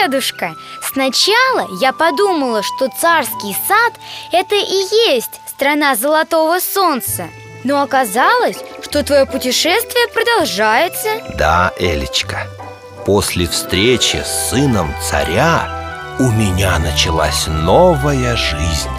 дедушка, сначала я подумала, что царский сад – это и есть страна золотого солнца. Но оказалось, что твое путешествие продолжается. Да, Элечка, после встречи с сыном царя у меня началась новая жизнь.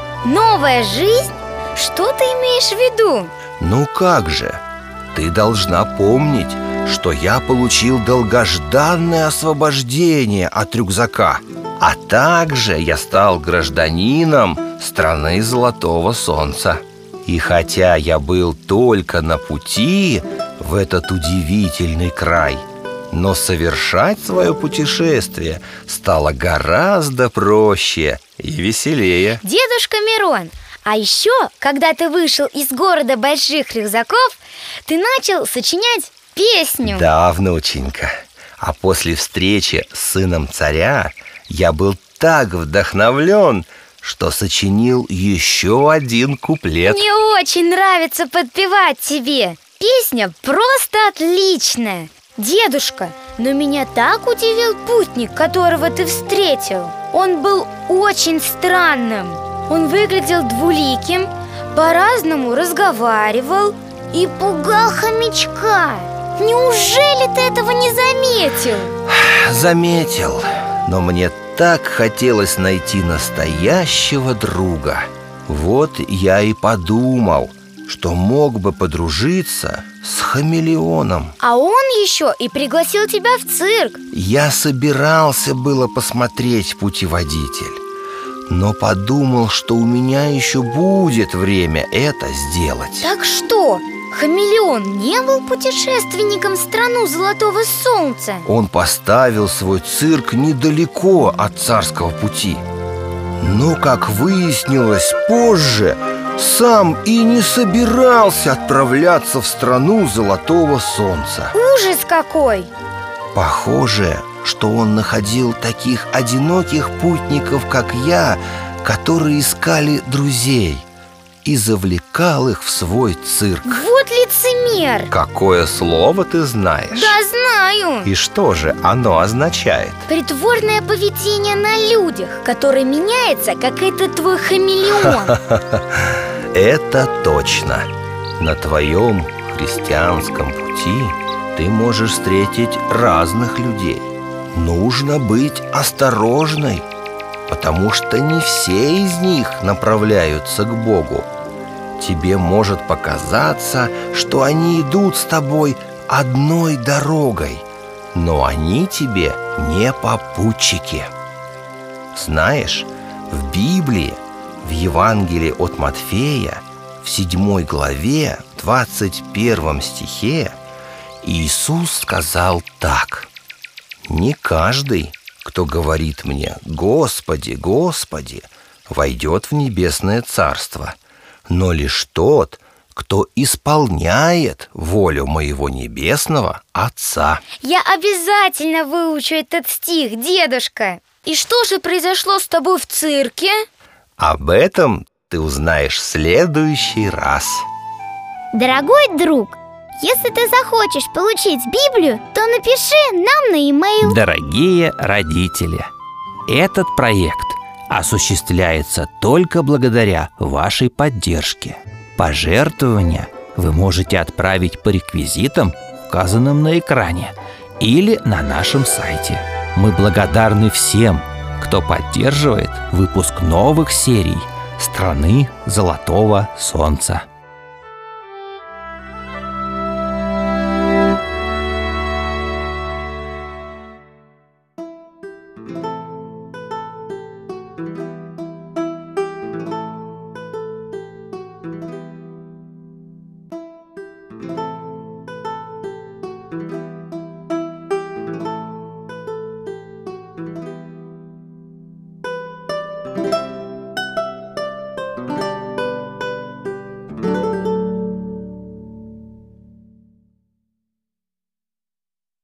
Новая жизнь? Что ты имеешь в виду? Ну как же, ты должна помнить, что я получил долгожданное освобождение от рюкзака. А также я стал гражданином страны Золотого Солнца. И хотя я был только на пути в этот удивительный край, но совершать свое путешествие стало гораздо проще и веселее. Дедушка Мирон, а еще, когда ты вышел из города больших рюкзаков, ты начал сочинять песню. Да, внученька. А после встречи с сыном царя я был так вдохновлен, что сочинил еще один куплет. Мне очень нравится подпевать тебе. Песня просто отличная. Дедушка, но меня так удивил путник, которого ты встретил. Он был очень странным. Он выглядел двуликим, по-разному разговаривал и пугал хомячка. Неужели ты этого не заметил? Заметил, но мне так хотелось найти настоящего друга. Вот я и подумал, что мог бы подружиться с хамелеоном. А он еще и пригласил тебя в цирк. Я собирался было посмотреть «Путеводитель», но подумал, что у меня еще будет время это сделать. Так что, хамелеон не был путешественником в страну Золотого Солнца? Он поставил свой цирк недалеко от царского пути. Но, как выяснилось позже, сам и не собирался отправляться в страну Золотого Солнца. Ужас какой! Похоже, что он находил таких одиноких путников, как я, которые искали друзей, и завлекал их в свой цирк. Вот лицемер! Какое слово ты знаешь? Да, знаю! И что же оно означает? Притворное поведение на людях, которое меняется, как этот твой хамелеон. Это точно. На твоем христианском пути ты можешь встретить разных людей. Нужно быть осторожной, потому что не все из них направляются к Богу. Тебе может показаться, что они идут с тобой одной дорогой, но они тебе не попутчики. Знаешь, в Библии, в Евангелии от Матфея, в 7 главе, 21 стихе, Иисус сказал так: «Не каждый, кто говорит мне: Господи, Господи, войдет в небесное царство, но лишь тот, кто исполняет волю моего небесного Отца». Я обязательно выучу этот стих, дедушка. И что же произошло с тобой в цирке? Об этом ты узнаешь в следующий раз. Дорогой друг, если ты захочешь получить Библию, то напиши нам на e-mail. Дорогие родители, этот проект осуществляется только благодаря вашей поддержке. Пожертвования вы можете отправить по реквизитам, указанным на экране, или на нашем сайте. Мы благодарны всем, кто поддерживает выпуск новых серий «Страны Золотого Солнца».